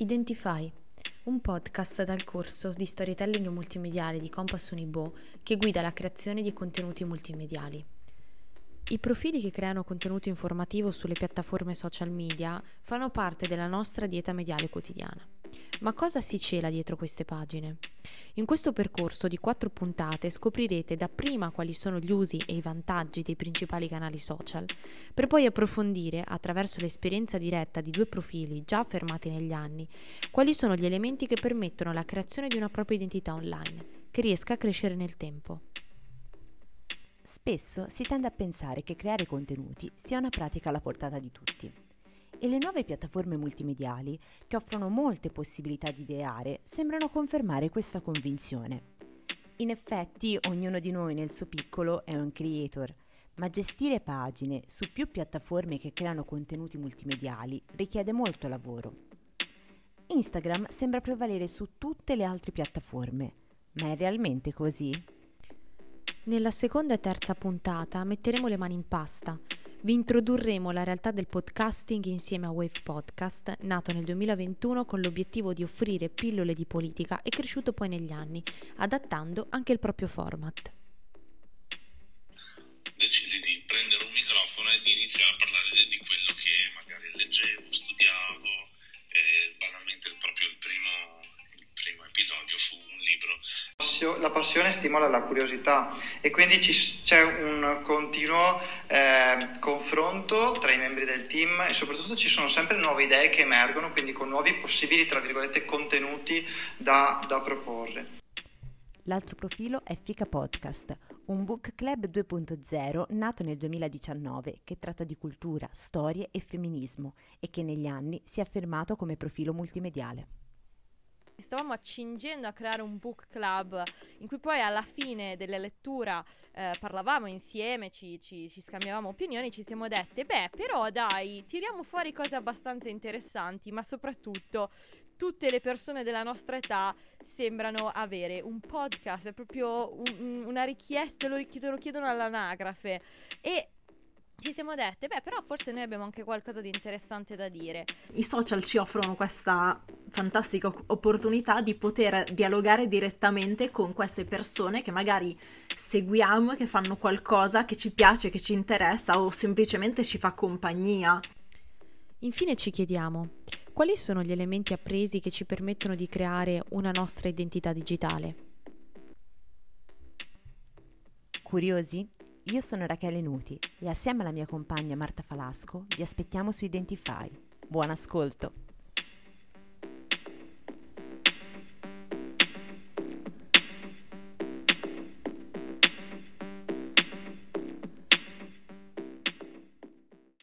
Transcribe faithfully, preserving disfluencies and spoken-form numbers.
Identify, un podcast dal corso di storytelling multimediale di Compass Unibo che guida la creazione di contenuti multimediali. I profili che creano contenuto informativo sulle piattaforme social media fanno parte della nostra dieta mediale quotidiana. Ma cosa si cela dietro queste pagine? In questo percorso di quattro puntate scoprirete dapprima quali sono gli usi e i vantaggi dei principali canali social, per poi approfondire, attraverso l'esperienza diretta di due profili già affermati negli anni, quali sono gli elementi che permettono la creazione di una propria identità online, che riesca a crescere nel tempo. Spesso si tende a pensare che creare contenuti sia una pratica alla portata di tutti. E le nuove piattaforme multimediali, che offrono molte possibilità di ideare, sembrano confermare questa convinzione. In effetti, ognuno di noi nel suo piccolo è un creator, ma gestire pagine su più piattaforme che creano contenuti multimediali richiede molto lavoro. Instagram sembra prevalere su tutte le altre piattaforme, ma è realmente così? Nella seconda e terza puntata metteremo le mani in pasta. Vi introdurremo la realtà del podcasting insieme a Wave Podcast, nato nel duemilaventuno con l'obiettivo di offrire pillole di politica e cresciuto poi negli anni, adattando anche il proprio format. Decisi di prendere un microfono e di iniziare a parlare di, di quello che magari leggevo, studiavo, e banalmente proprio il primo, il primo episodio fu un libro. La passione stimola la curiosità e quindi ci, c'è un continuo eh, confronto tra i membri del team e soprattutto ci sono sempre nuove idee che emergono, quindi con nuovi possibili, tra virgolette, contenuti da, da proporre. L'altro profilo è Fica Podcast, un book club due punto zero nato nel duemiladiciannove che tratta di cultura, storie e femminismo e che negli anni si è affermato come profilo multimediale. Stavamo accingendo a creare un book club in cui poi alla fine della lettura eh, parlavamo insieme, ci, ci, ci scambiavamo opinioni, ci siamo dette, beh però dai, tiriamo fuori cose abbastanza interessanti, ma soprattutto tutte le persone della nostra età sembrano avere un podcast, è proprio un, una richiesta, lo, lo chiedono all'anagrafe e ci siamo dette, beh però forse noi abbiamo anche qualcosa di interessante da dire. I social ci offrono questa fantastica opportunità di poter dialogare direttamente con queste persone che magari seguiamo e che fanno qualcosa che ci piace, che ci interessa o semplicemente ci fa compagnia. Infine ci chiediamo, quali sono gli elementi appresi che ci permettono di creare una nostra identità digitale? Curiosi? Io sono Rachele Nuti e assieme alla mia compagna Marta Falasco vi aspettiamo su Identify. Buon ascolto!